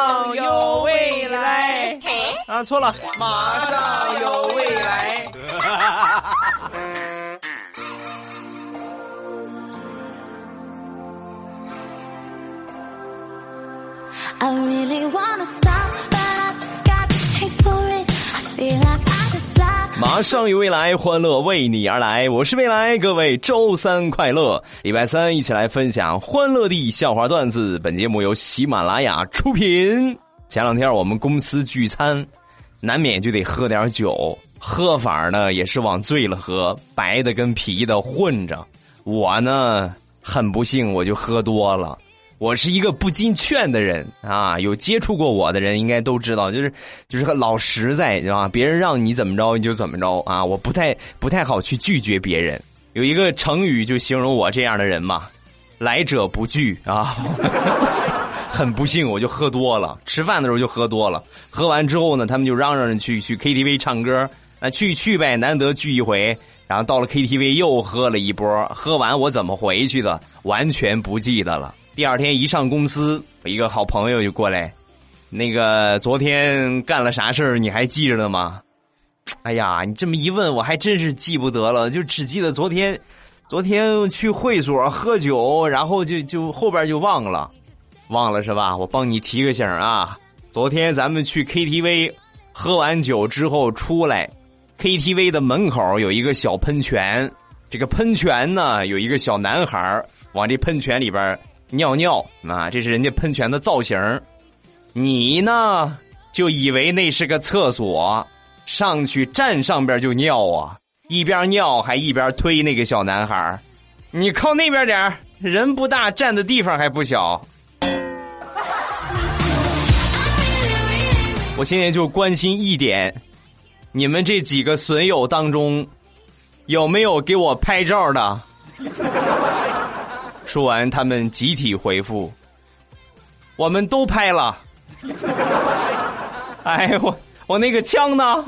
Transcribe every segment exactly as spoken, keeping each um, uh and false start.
上有未来啊，错了，马上有未来。 I really wanna stop, but I just got the taste for it. I feel like I could fly. 马上有未来，欢乐为你而来。我是未来，各位周三快乐！礼拜三一起来分享欢乐的笑话段子。本节目由喜马拉雅出品。前两天我们公司聚餐，难免就得喝点酒，喝法呢也是往醉了喝，白的跟啤的混着。我呢很不幸，我就喝多了。我是一个不经劝的人啊，有接触过我的人应该都知道，就是就是老实在，是吧？别人让你怎么着你就怎么着啊，我不太不太好去拒绝别人。有一个成语就形容我这样的人嘛，来者不拒啊。很不幸我就喝多了，吃饭的时候就喝多了，喝完之后呢，他们就嚷嚷着去去 K T V 唱歌，那去去呗，难得聚一回。然后到了 K T V 又喝了一波，喝完我怎么回去的完全不记得了。第二天一上公司，我一个好朋友就过来，那个昨天干了啥事儿你还记着呢吗？哎呀，你这么一问我还真是记不得了，就只记得昨天昨天去会所喝酒，然后就就后边就忘了忘了是吧？我帮你提个醒啊，昨天咱们去 K T V 喝完酒之后出来， K T V 的门口有一个小喷泉，这个喷泉呢有一个小男孩往这喷泉里边尿尿啊，这是人家喷泉的造型。你呢就以为那是个厕所，上去站上边就尿啊，一边尿还一边推那个小男孩。你靠那边点，人不大站的地方还不小。我现在就关心一点，你们这几个损友当中有没有给我拍照的？说完他们集体回复，我们都拍了。哎，我我那个枪呢？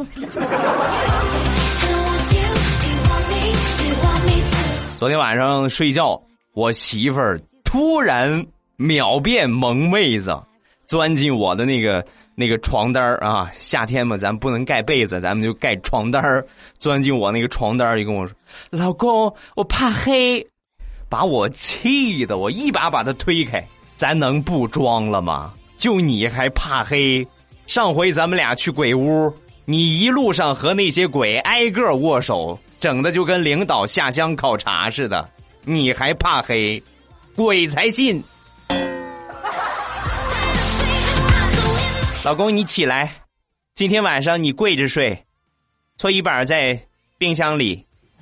昨天晚上睡觉，我媳妇儿突然秒变萌妹子，钻进我的那个那个床单啊，夏天嘛，咱不能盖被子，咱们就盖床单，钻进我那个床单就跟我说，老公我怕黑。把我气的我一把把他推开，咱能不装了吗？就你还怕黑？上回咱们俩去鬼屋，你一路上和那些鬼挨个握手，整的就跟领导下乡考察似的，你还怕黑？鬼才信。老公你起来，今天晚上你跪着睡，搓衣板在冰箱里。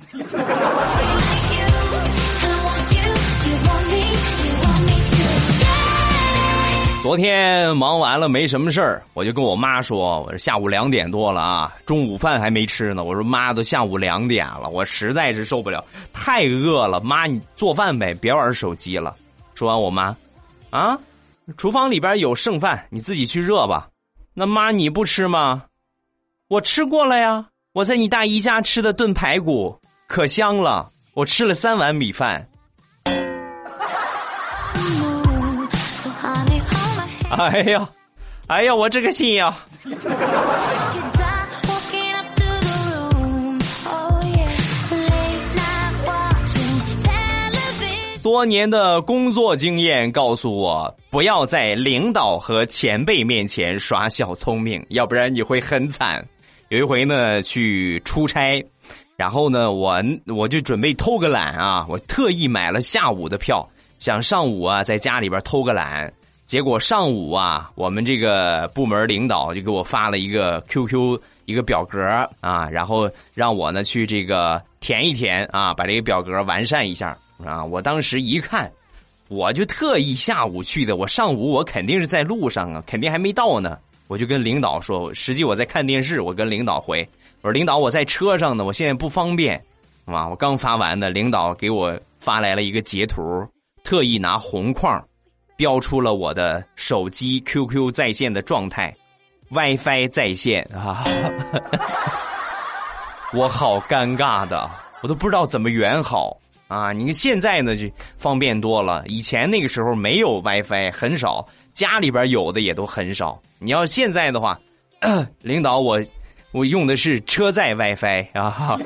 昨天忙完了没什么事儿，我就跟我妈说，我说下午两点多了啊，中午饭还没吃呢。我说妈，都下午两点了，我实在是受不了，太饿了。妈，你做饭呗，别玩手机了。说完我妈，啊，厨房里边有剩饭，你自己去热吧。那妈你不吃吗？我吃过了呀，我在你大姨家吃的炖排骨可香了，我吃了三碗米饭。哎呀，哎呀，我这个心呀！多年的工作经验告诉我，不要在领导和前辈面前耍小聪明，要不然你会很惨。有一回呢，去出差，然后呢，我我就准备偷个懒啊，我特意买了下午的票，想上午啊在家里边偷个懒。结果上午啊，我们这个部门领导就给我发了一个 Q Q 一个表格啊，然后让我呢去这个填一填啊，把这个表格完善一下啊。我当时一看，我就特意下午去的，我上午我肯定是在路上啊，肯定还没到呢。我就跟领导说，实际我在看电视，我跟领导回，我说领导我在车上呢，我现在不方便啊。我刚发完呢，领导给我发来了一个截图，特意拿红框标出了我的手机 Q Q 在线的状态 ，WiFi 在线啊！我好尴尬的，我都不知道怎么圆好啊！你看现在呢就方便多了，以前那个时候没有 WiFi， 很少， 家里边有的也都很少。你要现在的话，呃、领导我我用的是车载 WiFi 啊。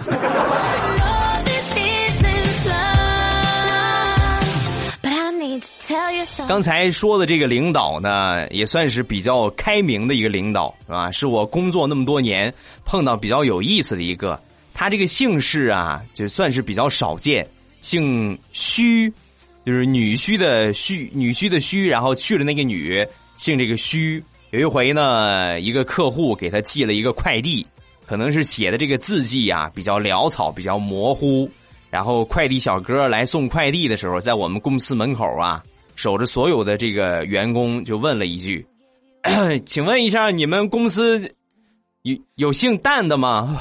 刚才说的这个领导呢，也算是比较开明的一个领导，是吧？是我工作那么多年碰到比较有意思的一个。他这个姓氏啊，就算是比较少见，姓虚，就是女婿的婿，女婿的婿，然后去了那个女，姓这个虚。有一回呢，一个客户给他寄了一个快递，可能是写的这个字迹啊比较潦草，比较模糊。然后快递小哥来送快递的时候，在我们公司门口啊，守着所有的这个员工就问了一句：“请问一下，你们公司有有姓蛋的吗？”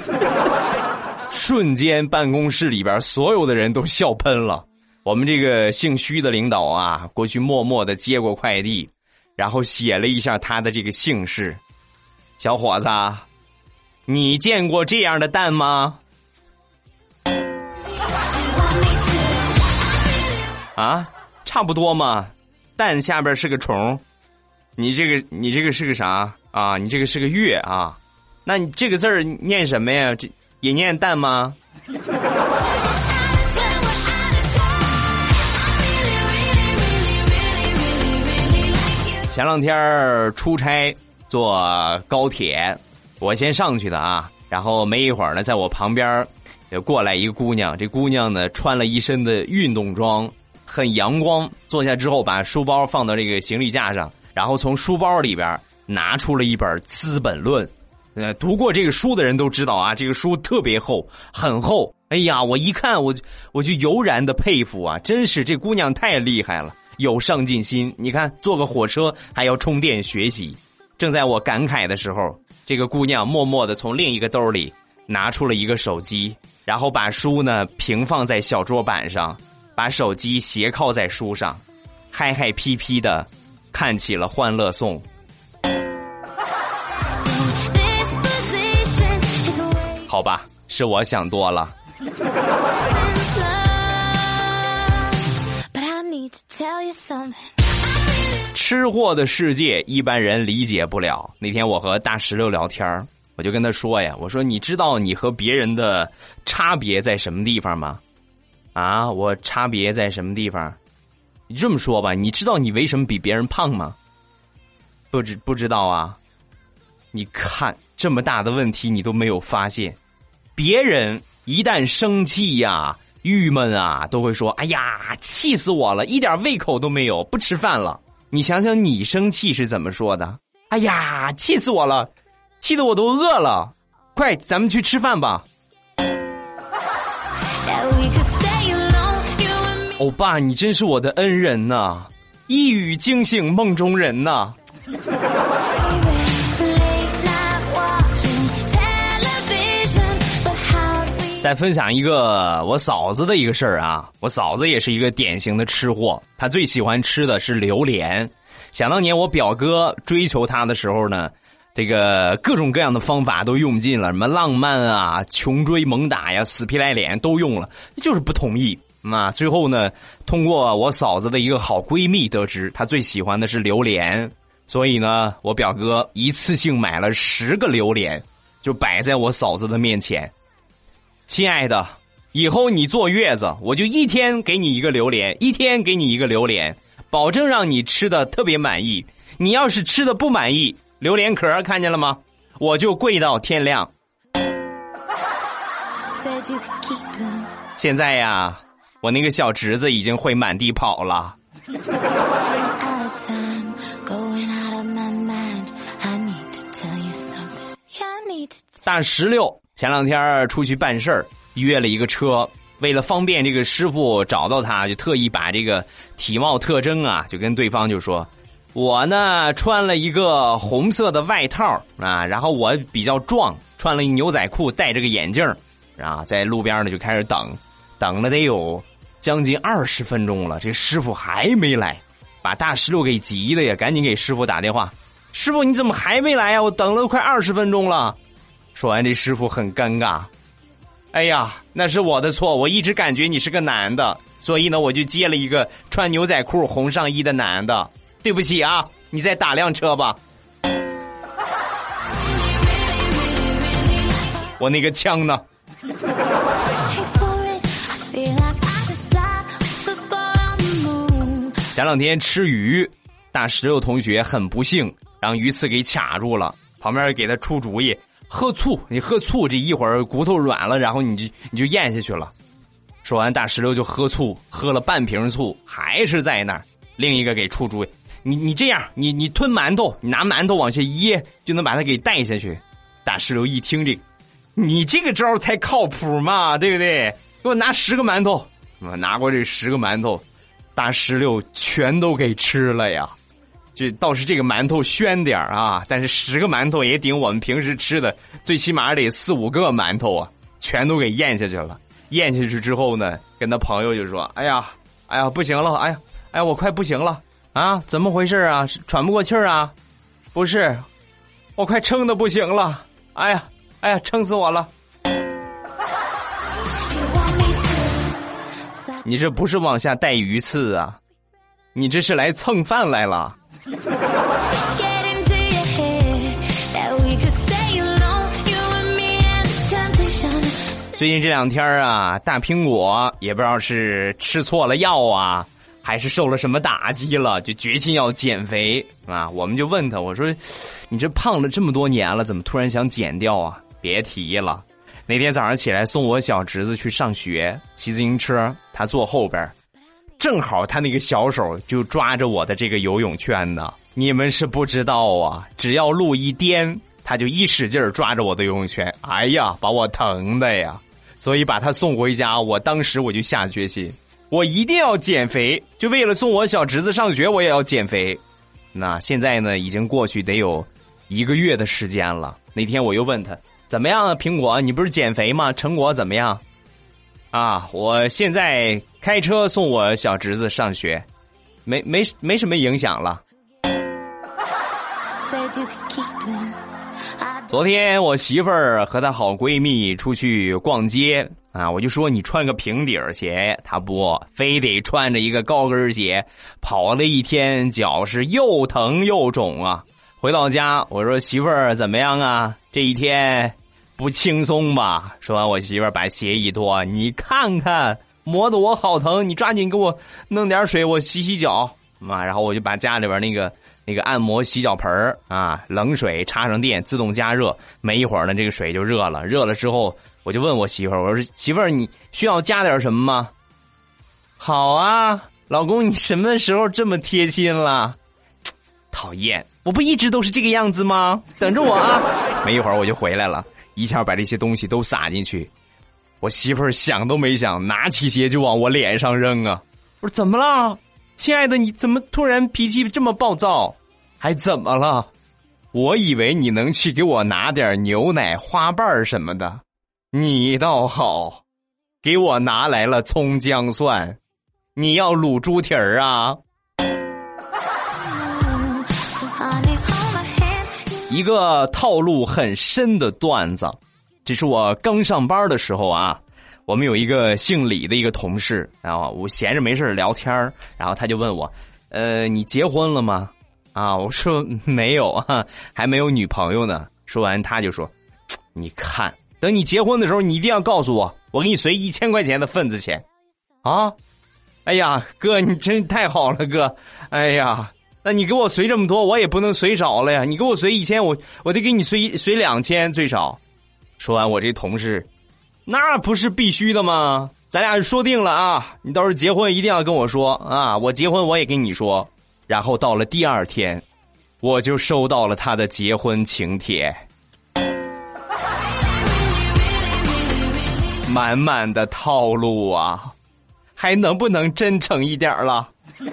瞬间办公室里边所有的人都笑喷了。我们这个姓虚的领导啊，过去默默的接过快递，然后写了一下他的这个姓氏：“小伙子，你见过这样的蛋吗？”啊，差不多嘛，蛋下边是个虫，你这个你这个是个啥啊？你这个是个月啊？那你这个字儿念什么呀？这也念蛋吗？前两天出差坐高铁，我先上去的啊，然后没一会儿呢，在我旁边就过来一个姑娘，这姑娘呢穿了一身的运动装。很阳光，坐下之后把书包放到这个行李架上，然后从书包里边拿出了一本《资本论》。呃，读过这个书的人都知道啊，这个书特别厚，很厚。哎呀，我一看我我就油然的佩服啊，真是这姑娘太厉害了，有上进心。你看，坐个火车还要充电学习。正在我感慨的时候，这个姑娘默默的从另一个兜里拿出了一个手机，然后把书呢平放在小桌板上。把手机斜靠在书上，嗨嗨皮皮的看起了《欢乐颂》。好吧，是我想多了。吃货的世界一般人理解不了。那天我和大石榴聊天，我就跟他说呀，我说你知道你和别人的差别在什么地方吗？啊，我差别在什么地方？你这么说吧，你知道你为什么比别人胖吗？不知不知道啊？你看这么大的问题你都没有发现，别人一旦生气呀、郁闷啊，都会说：“哎呀，气死我了，一点胃口都没有，不吃饭了。”你想想你生气是怎么说的？哎呀，气死我了，气得我都饿了，快，咱们去吃饭吧。欧巴，你真是我的恩人呐、啊，一语惊醒梦中人呐、啊。再分享一个我嫂子的一个事儿啊，我嫂子也是一个典型的吃货，她最喜欢吃的是榴莲。想当年我表哥追求她的时候呢，这个各种各样的方法都用尽了，什么浪漫啊、穷追猛打呀、死皮赖脸都用了，就是不同意。那最后呢，通过我嫂子的一个好闺蜜得知，她最喜欢的是榴莲，所以呢，我表哥一次性买了十个榴莲，就摆在我嫂子的面前。亲爱的，以后你坐月子，我就一天给你一个榴莲，一天给你一个榴莲，保证让你吃的特别满意。你要是吃的不满意，榴莲壳看见了吗？我就跪到天亮。现在呀，我那个小侄子已经会满地跑了。大石榴前两天出去办事儿，约了一个车，为了方便这个师傅找到他，就特意把这个体貌特征啊，就跟对方就说，我呢穿了一个红色的外套啊，然后我比较壮，穿了一牛仔裤，戴着个眼镜啊，在路边呢就开始等，等了得有将近二十分钟了，这师傅还没来，把大石榴给急的呀，赶紧给师傅打电话，师傅你怎么还没来呀？我等了快二十分钟了。说完这师傅很尴尬，哎呀，那是我的错，我一直感觉你是个男的，所以呢我就接了一个穿牛仔裤红上衣的男的， 对不起啊，你再打辆车吧。我那个枪呢？前两天吃鱼，大石榴同学很不幸让鱼刺给卡住了，旁边给他出主意，喝醋，你喝醋这一会儿骨头软了，然后你就你就咽下去了。说完大石榴就喝醋，喝了半瓶醋还是在那儿。另一个给出主意，你你这样，你你吞馒头，你拿馒头往下噎就能把它给带下去。大石榴一听这个，你这个招才靠谱嘛，对不对？给我拿十个馒头，我拿过这十个馒头，大石榴全都给吃了呀。就倒是这个馒头宣点啊，但是十个馒头也顶我们平时吃的最起码得四五个馒头啊，全都给咽下去了。咽下去之后呢，跟他朋友就说：“哎呀，哎呀，不行了，哎呀，哎呀，我快不行了啊！怎么回事啊？是喘不过气儿啊？不是，我快撑得不行了！哎呀，哎呀，撑死我了！你这不是往下带鱼刺啊，你这是来蹭饭来了。”最近这两天啊，大苹果也不知道是吃错了药啊，还是受了什么打击了，就决心要减肥啊。我们就问他，我说你这胖了这么多年了，怎么突然想减掉啊？别提了，那天早上起来送我小侄子去上学，骑自行车，他坐后边，正好他那个小手就抓着我的这个游泳圈呢。你们是不知道啊，只要路一颠，他就一使劲抓着我的游泳圈，哎呀，把我疼的呀。所以把他送回家，我当时我就下决心，我一定要减肥，就为了送我小侄子上学，我也要减肥。那现在呢，已经过去得有一个月的时间了。那天我又问他，怎么样啊，苹果，你不是减肥吗？成果怎么样？啊，我现在开车送我小侄子上学，没没没什么影响了。昨天我媳妇儿和她好闺蜜出去逛街啊，我就说你穿个平底鞋，她不，非得穿着一个高跟鞋，跑了一天，脚是又疼又肿啊。回到家，我说媳妇儿怎么样啊？这一天不轻松吧？说完，我媳妇儿把鞋一脱，你看看磨得我好疼，你抓紧给我弄点水，我洗洗脚啊。然后我就把家里边那个。那个按摩洗脚盆啊，冷水插上电，自动加热，没一会儿呢，这个水就热了。热了之后，我就问我媳妇儿，我说媳妇儿，你需要加点什么吗？好啊，老公，你什么时候这么贴心了？讨厌，我不一直都是这个样子吗？等着我啊！没一会儿我就回来了，一下把这些东西都撒进去。我媳妇儿想都没想，拿起鞋就往我脸上扔啊！我说怎么了？亲爱的，你怎么突然脾气这么暴躁？还怎么了？我以为你能去给我拿点牛奶、花瓣什么的，你倒好，给我拿来了葱姜蒜。你要卤猪蹄儿啊？一个套路很深的段子，这是我刚上班的时候啊。我们有一个姓李的一个同事，然后我闲着没事聊天，然后他就问我，呃，你结婚了吗？啊，我说没有啊，还没有女朋友呢。说完他就说，你看，等你结婚的时候，你一定要告诉我，我给你随一千块钱的份子钱。啊，哎呀，哥，你真太好了，哥。哎呀，那你给我随这么多，我也不能随少了呀。你给我随一千，我我得给你随随两千最少。说完，我这同事。那不是必须的吗？咱俩说定了啊，你到时候结婚一定要跟我说啊，我结婚我也跟你说。然后到了第二天，我就收到了他的结婚请帖，满满的套路啊，还能不能真诚一点了？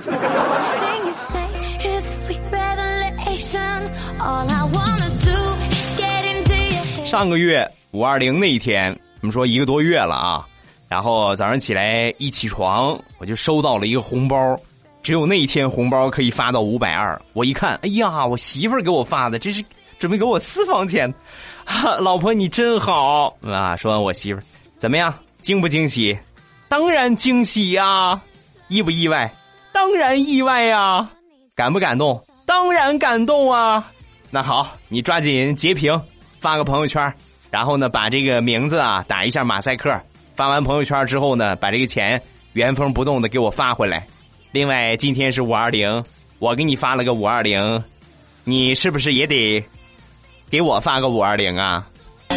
上个月五二零那一天，我们说一个多月了啊，然后早上起来一起床，我就收到了一个红包，只有那一天红包可以发到五百二。我一看，哎呀，我媳妇儿给我发的，这是准备给我私房钱，啊，老婆你真好啊！说完我媳妇儿怎么样，惊不惊喜？当然惊喜呀！意不意外？当然意外呀！ 感不感动？当然感动啊！那好，你抓紧截屏，发个朋友圈，然后呢，把这个名字啊打一下马赛克。发完朋友圈之后呢，把这个钱原封不动的给我发回来。另外，今天是五二零，我给你发了个五二零，你是不是也得给我发个五二零啊？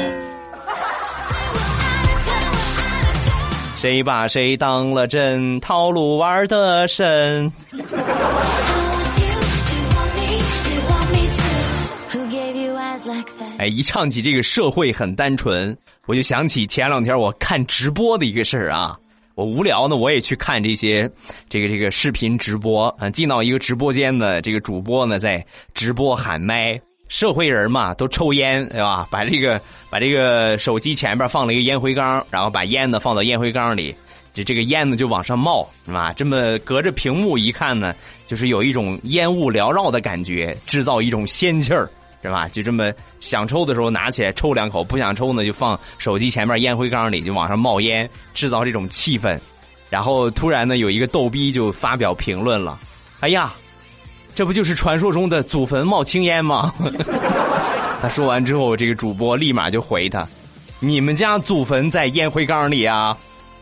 谁把谁当了真，套路玩得深。哎，一唱起这个社会很单纯，我就想起前两天我看直播的一个事儿啊。我无聊呢，我也去看这些这个这个视频直播啊。进到一个直播间的这个主播呢，在直播喊麦，社会人嘛都抽烟，对吧？把这个把这个手机前面放了一个烟灰缸，然后把烟呢放到烟灰缸里，就这个烟呢就往上冒，是吧？这么隔着屏幕一看呢，就是有一种烟雾缭绕的感觉，制造一种仙气儿。是吧？就这么想抽的时候拿起来抽两口，不想抽呢就放手机前面烟灰缸里，就往上冒烟，制造这种气氛。然后突然呢，有一个逗逼就发表评论了：“哎呀，这不就是传说中的祖坟冒青烟吗？”他说完之后，这个主播立马就回他：“你们家祖坟在烟灰缸里啊？”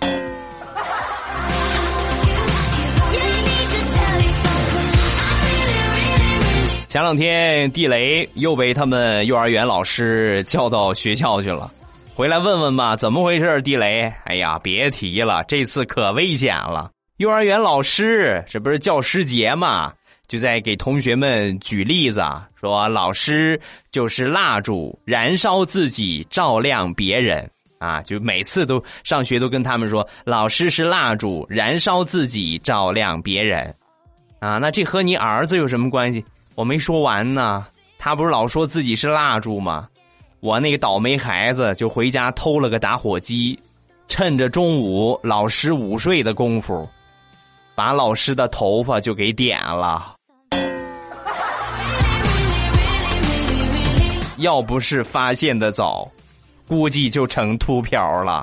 前两天地雷又被他们幼儿园老师叫到学校去了，回来问问吧，怎么回事？地雷，哎呀，别提了，这次可危险了。幼儿园老师，这不是教师节嘛，就在给同学们举例子，说老师就是蜡烛，燃烧自己，照亮别人啊，就每次都上学都跟他们说，老师是蜡烛，燃烧自己，照亮别人啊。那这和你儿子有什么关系？我没说完呢，他不是老说自己是蜡烛吗？我那个倒霉孩子就回家偷了个打火机，趁着中午老师午睡的功夫，把老师的头发就给点了。要不是发现的早，估计就成秃瓢了。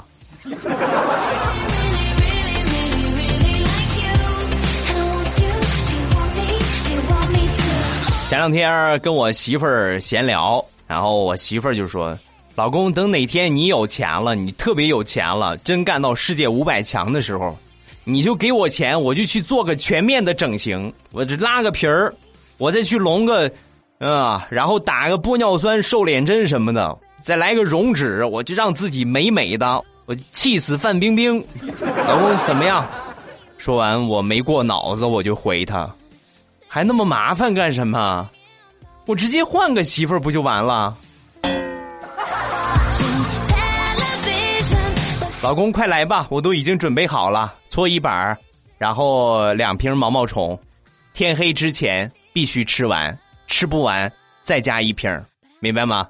前两天跟我媳妇儿闲聊，然后我媳妇儿就说，老公，等哪天你有钱了，你特别有钱了，真干到世界五百强的时候，你就给我钱，我就去做个全面的整形，我这拉个皮儿，我再去隆个啊、嗯，然后打个玻尿酸瘦脸针什么的，再来个溶脂，我就让自己美美的，我气死范冰冰。老公怎么样？说完我没过脑子，我就回他，还那么麻烦干什么？我直接换个媳妇儿不就完了？老公快来吧，我都已经准备好了，搓衣板，然后两瓶毛毛虫，天黑之前必须吃完，吃不完再加一瓶，明白吗？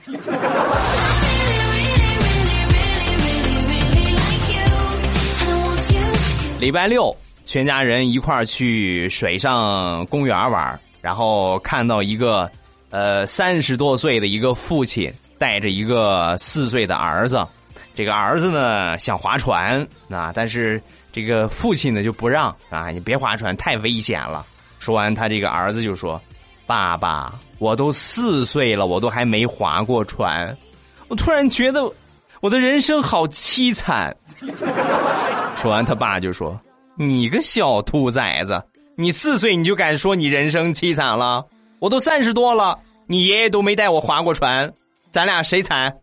礼拜六全家人一块儿去水上公园玩，然后看到一个呃三十多岁的一个父亲带着一个四岁的儿子，这个儿子呢想划船啊，但是这个父亲呢就不让啊，你别划船，太危险了。说完，他这个儿子就说：“爸爸，我都四岁了，我都还没划过船。”我突然觉得我的人生好凄惨。说完，他爸就说：“你个小兔崽子，你四岁你就敢说你人生凄惨了？我都三十多了，你爷爷都没带我划过船，咱俩谁惨？”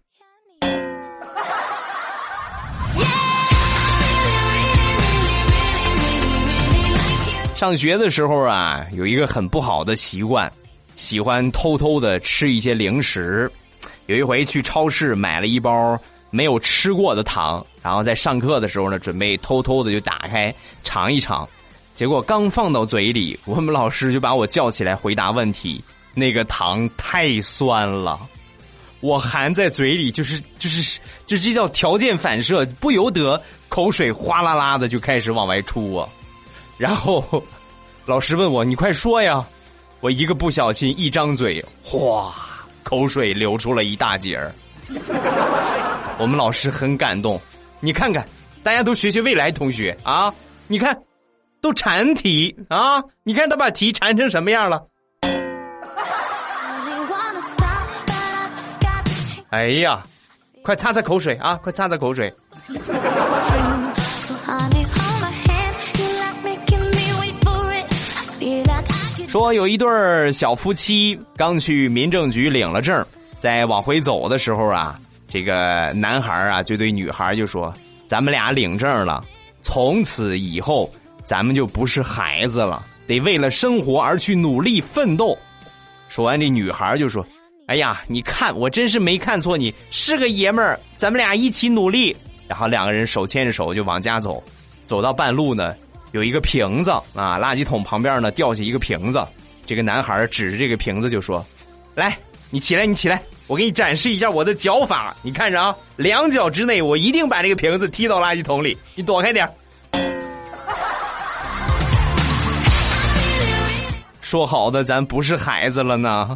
上学的时候啊，有一个很不好的习惯，喜欢偷偷的吃一些零食。有一回去超市买了一包没有吃过的糖，然后在上课的时候呢，准备偷偷的就打开尝一尝，结果刚放到嘴里，我们老师就把我叫起来回答问题，那个糖太酸了，我含在嘴里就是就是就是这叫条件反射，不由得口水哗啦啦的就开始往外出啊。然后老师问我，你快说呀，我一个不小心一张嘴，哗，口水流出了一大截儿。我们老师很感动，你看看，大家都学学未来同学啊，你看都缠题啊！你看他把题缠成什么样了？哎呀，快擦擦口水啊！快擦擦口水。说有一对小夫妻刚去民政局领了证，在往回走的时候啊，这个男孩啊就对女孩就说：“咱们俩领证了，从此以后咱们就不是孩子了，得为了生活而去努力奋斗。”说完，这女孩就说：“哎呀，你看我真是没看错你，是个爷们儿，咱们俩一起努力。”然后两个人手牵着手就往家走，走到半路呢，有一个瓶子啊，垃圾桶旁边呢掉下一个瓶子，这个男孩指着这个瓶子就说：“来，你起来，你起来，我给你展示一下我的脚法，你看着啊，两脚之内我一定把这个瓶子踢到垃圾桶里，你躲开点。”说好的咱不是孩子了呢。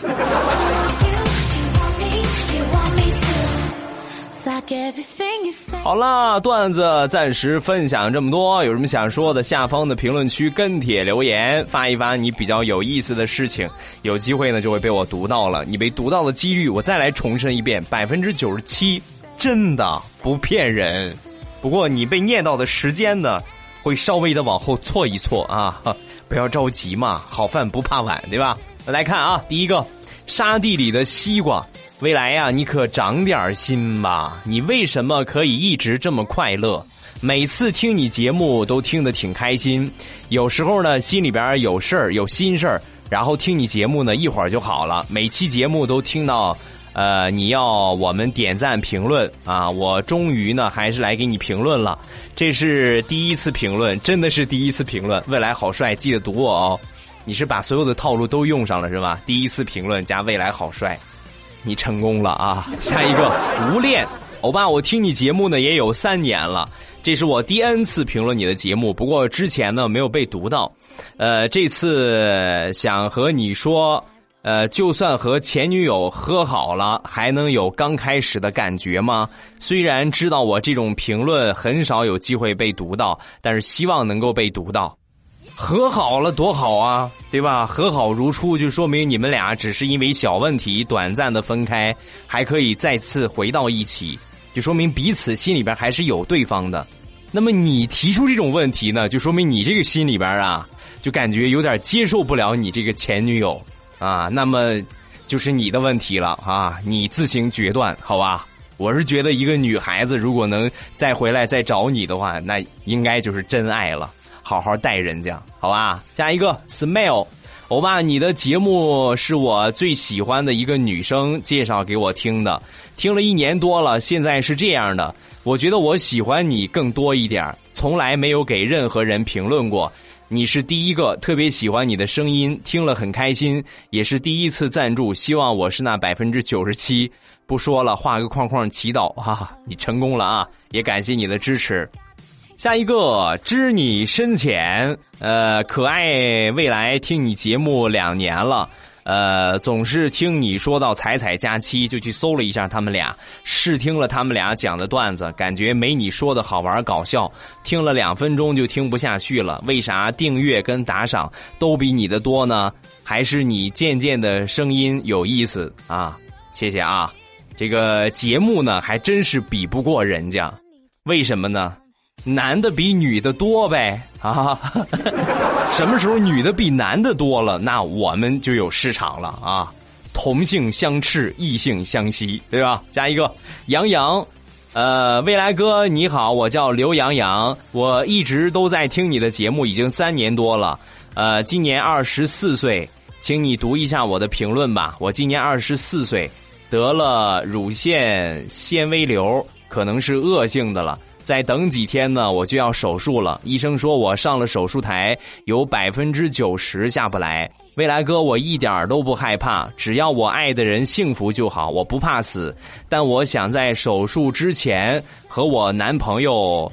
好了，段子暂时分享这么多，有什么想说的，下方的评论区跟帖留言，发一发你比较有意思的事情，有机会呢就会被我读到了。你被读到的几率，我再来重申一遍，百分之九十七，真的不骗人。不过你被念到的时间呢，会稍微的往后错一错啊，不要着急嘛，好饭不怕晚，对吧？来看啊，第一个，沙地里的西瓜。未来呀、啊，你可长点心吧！你为什么可以一直这么快乐？每次听你节目都听得挺开心，有时候呢心里边有事儿有心事儿，然后听你节目呢一会儿就好了。每期节目都听到，呃，你要我们点赞评论啊，我终于呢还是来给你评论了。这是第一次评论，真的是第一次评论。未来好帅，记得读我哦。你是把所有的套路都用上了是吧？第一次评论加未来好帅。你成功了啊！下一个无恋欧巴，我听你节目呢也有三年了，这是我第 N 次评论你的节目，不过之前呢没有被读到，呃，这次想和你说，呃，就算和前女友和好了，还能有刚开始的感觉吗？虽然知道我这种评论很少有机会被读到，但是希望能够被读到。和好了多好啊，对吧？和好如初就说明你们俩只是因为小问题短暂的分开，还可以再次回到一起，就说明彼此心里边还是有对方的。那么你提出这种问题呢，就说明你这个心里边啊，就感觉有点接受不了你这个前女友啊，那么就是你的问题了啊，你自行决断，好吧？我是觉得一个女孩子如果能再回来再找你的话，那应该就是真爱了。好好待人家，好吧？下一个 Smile， 欧巴，你的节目是我最喜欢的一个女生介绍给我听的，听了一年多了，现在是这样的，我觉得我喜欢你更多一点，从来没有给任何人评论过，你是第一个，特别喜欢你的声音，听了很开心，也是第一次赞助，希望我是那百分之九十七，不说了，画个框框祈祷啊，你成功了啊，也感谢你的支持。下一个，知你深浅，呃，可爱未来听你节目两年了，呃，总是听你说到彩彩假期，就去搜了一下他们俩，试听了他们俩讲的段子，感觉没你说的好玩搞笑，听了两分钟就听不下去了。为啥订阅跟打赏都比你的多呢？还是你渐渐的声音有意思啊？谢谢啊，这个节目呢还真是比不过人家，为什么呢？男的比女的多呗啊！什么时候女的比男的多了，那我们就有市场了啊！同性相斥，异性相吸，对吧？加一个杨洋，呃，未来哥你好，我叫刘洋洋，我一直都在听你的节目，已经三年多了，呃，今年二十四岁，请你读一下我的评论吧。我今年二十四岁，得了乳腺纤维瘤，可能是恶性的了。再等几天呢，我就要手术了。医生说我上了手术台，有百分之九十下不来。未来哥，我一点都不害怕，只要我爱的人幸福就好，我不怕死。但我想在手术之前和我男朋友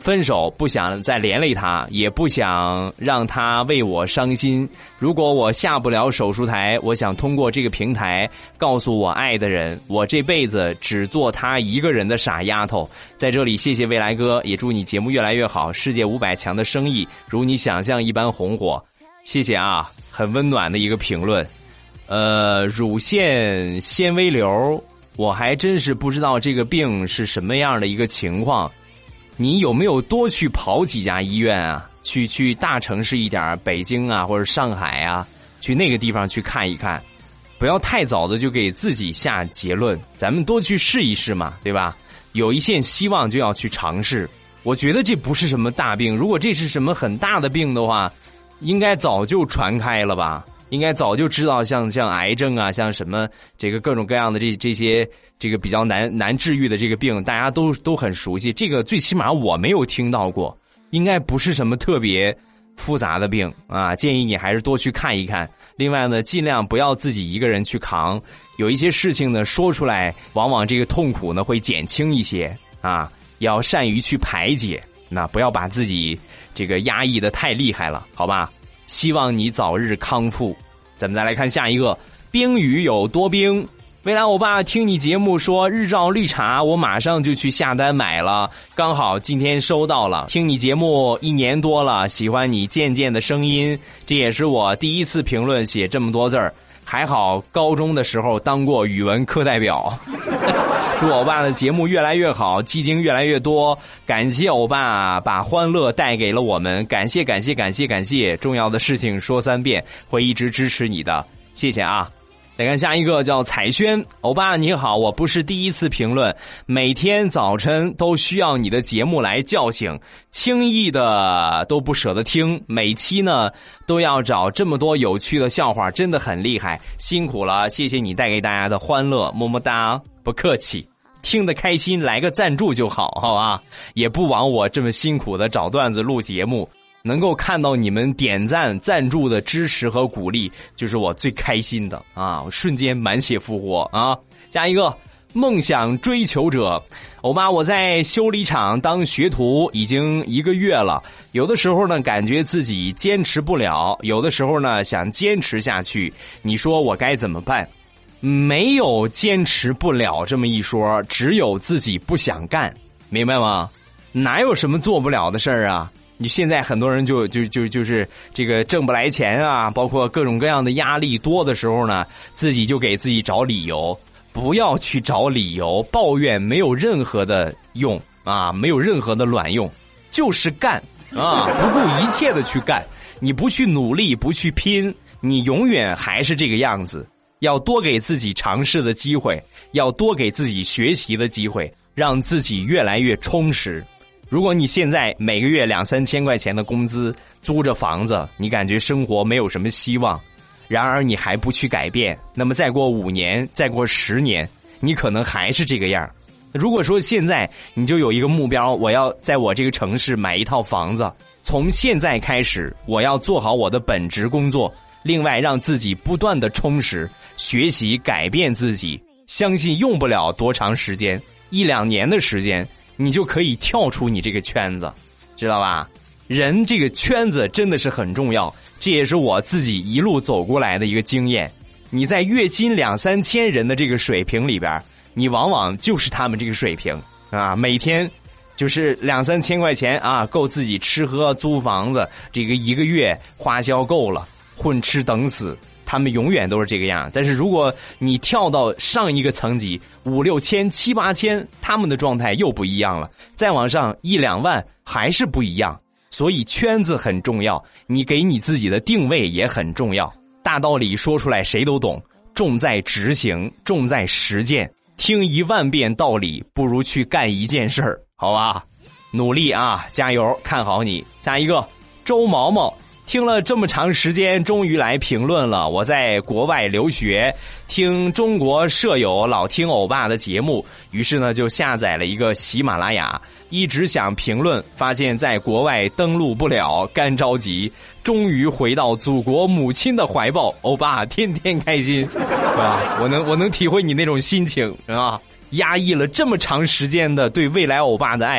分手不想再连累他，也不想让他为我伤心。如果我下不了手术台，我想通过这个平台告诉我爱的人，我这辈子只做他一个人的傻丫头。在这里谢谢未来哥，也祝你节目越来越好，世界五百强的生意如你想象一般红火。谢谢啊，很温暖的一个评论。呃，乳腺纤维瘤，我还真是不知道这个病是什么样的一个情况。你有没有多去跑几家医院啊？去去大城市一点，北京啊或者上海啊，去那个地方去看一看，不要太早的就给自己下结论，咱们多去试一试嘛，对吧？有一线希望就要去尝试。我觉得这不是什么大病，如果这是什么很大的病的话，应该早就传开了吧，应该早就知道像像癌症啊，像什么这个各种各样的这这些这个比较难难治愈的这个病，大家都都很熟悉。这个最起码我没有听到过，应该不是什么特别复杂的病啊。建议你还是多去看一看。另外呢，尽量不要自己一个人去扛，有一些事情呢说出来，往往这个痛苦呢会减轻一些啊。要善于去排解，那不要把自己这个压抑的太厉害了，好吧？希望你早日康复。咱们再来看下一个，冰雨有多冰。未来欧巴听你节目说日照绿茶，我马上就去下单买了，刚好今天收到了。听你节目一年多了，喜欢你渐渐的声音，这也是我第一次评论写这么多字儿。还好高中的时候当过语文课代表。祝欧巴的节目越来越好，基金越来越多，感谢欧巴把欢乐带给了我们，感谢感谢感谢感谢，重要的事情说三遍，会一直支持你的，谢谢啊。再看下一个叫彩轩，欧巴你好，我不是第一次评论，每天早晨都需要你的节目来叫醒，轻易的都不舍得听，每期呢都要找这么多有趣的笑话，真的很厉害，辛苦了，谢谢你带给大家的欢乐，么么哒，不客气，听得开心来个赞助就好，好吧，也不枉我这么辛苦的找段子录节目。能够看到你们点赞赞助的支持和鼓励，就是我最开心的啊！我瞬间满血复活啊！下一个梦想追求者，欧巴，我在修理厂当学徒已经一个月了，有的时候呢感觉自己坚持不了，有的时候呢想坚持下去，你说我该怎么办？没有坚持不了这么一说，只有自己不想干，明白吗？哪有什么做不了的事儿啊？你现在很多人就就就就是这个挣不来钱啊，包括各种各样的压力多的时候呢，自己就给自己找理由，不要去找理由，抱怨没有任何的用啊，没有任何的卵用，就是干啊，不顾一切的去干，你不去努力，不去拼，你永远还是这个样子。要多给自己尝试的机会，要多给自己学习的机会，让自己越来越充实。如果你现在每个月两三千块钱的工资，租着房子，你感觉生活没有什么希望，然而你还不去改变，那么再过五年，再过十年，你可能还是这个样。如果说现在你就有一个目标，我要在我这个城市买一套房子，从现在开始，我要做好我的本职工作，另外让自己不断的充实，学习改变自己，相信用不了多长时间，一两年的时间，你就可以跳出你这个圈子，知道吧？人这个圈子真的是很重要，这也是我自己一路走过来的一个经验。你在月薪两三千人的这个水平里边，你往往就是他们这个水平啊，每天就是两三千块钱啊，够自己吃喝租房子，这个一个月花销够了，混吃等死。他们永远都是这个样，但是如果你跳到上一个层级，五六千、七八千，他们的状态又不一样了。再往上一两万还是不一样，所以圈子很重要，你给你自己的定位也很重要。大道理说出来谁都懂，重在执行，重在实践。听一万遍道理，不如去干一件事儿，好吧？努力啊，加油，看好你。下一个，周毛毛。听了这么长时间，终于来评论了。我在国外留学，听中国舍友老听欧巴的节目，于是呢就下载了一个喜马拉雅，一直想评论，发现在国外登录不了，干着急，终于回到祖国母亲的怀抱。欧巴天天开心，是吧？我能我能体会你那种心情，是吧？压抑了这么长时间的对未来欧巴的爱，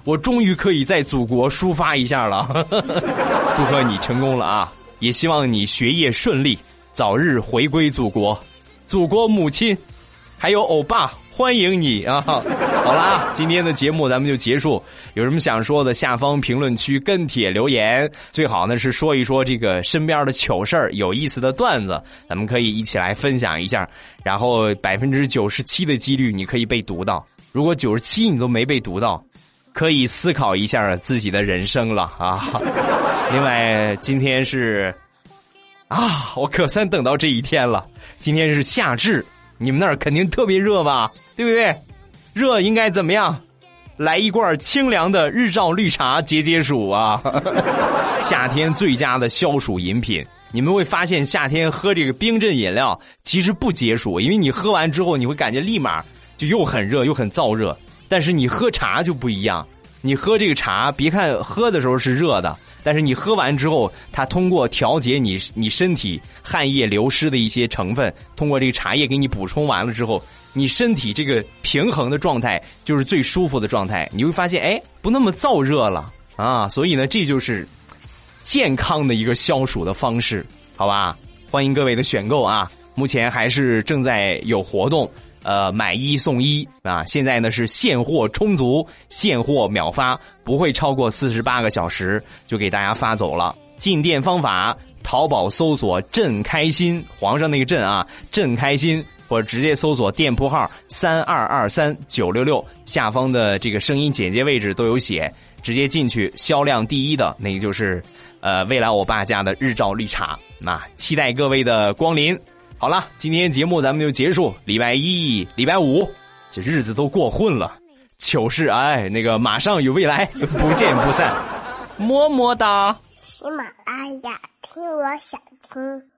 我终于可以在祖国抒发一下了。祝贺你成功了啊！也希望你学业顺利，早日回归祖国。祖国母亲还有欧巴欢迎你啊！好啦，今天的节目咱们就结束，有什么想说的下方评论区跟帖留言，最好呢是说一说这个身边的糗事儿、有意思的段子，咱们可以一起来分享一下，然后百分之九十七的几率你可以被读到，如果九十七你都没被读到，可以思考一下自己的人生了啊！另外今天是啊，我可算等到这一天了，今天是夏至，你们那儿肯定特别热吧，对不对？热应该怎么样？来一罐清凉的日照绿茶解解暑啊！夏天最佳的消暑饮品，你们会发现夏天喝这个冰镇饮料其实不解暑，因为你喝完之后你会感觉立马就又很热又很燥热，但是你喝茶就不一样，你喝这个茶，别看喝的时候是热的，但是你喝完之后，它通过调节你你身体汗液流失的一些成分，通过这个茶叶给你补充完了之后，你身体这个平衡的状态就是最舒服的状态，你会发现哎，不那么燥热了啊！所以呢，这就是健康的一个消暑的方式，好吧？欢迎各位的选购啊！目前还是正在有活动。呃，买一送一啊！现在呢是现货充足，现货秒发，不会超过四十八个小时就给大家发走了。进店方法：淘宝搜索“朕开心”，皇上那个“朕”啊，“朕开心”，或者直接搜索店铺号三二二三九六六，下方的这个声音简介位置都有写，直接进去。销量第一的那个就是呃未来欧巴家的日照绿茶，那期待各位的光临。好了，今天节目咱们就结束。礼拜一、礼拜五，这日子都过混了。糗事哎，那个马上有未来，不见不散，么么哒。 喜马拉雅，听我想听。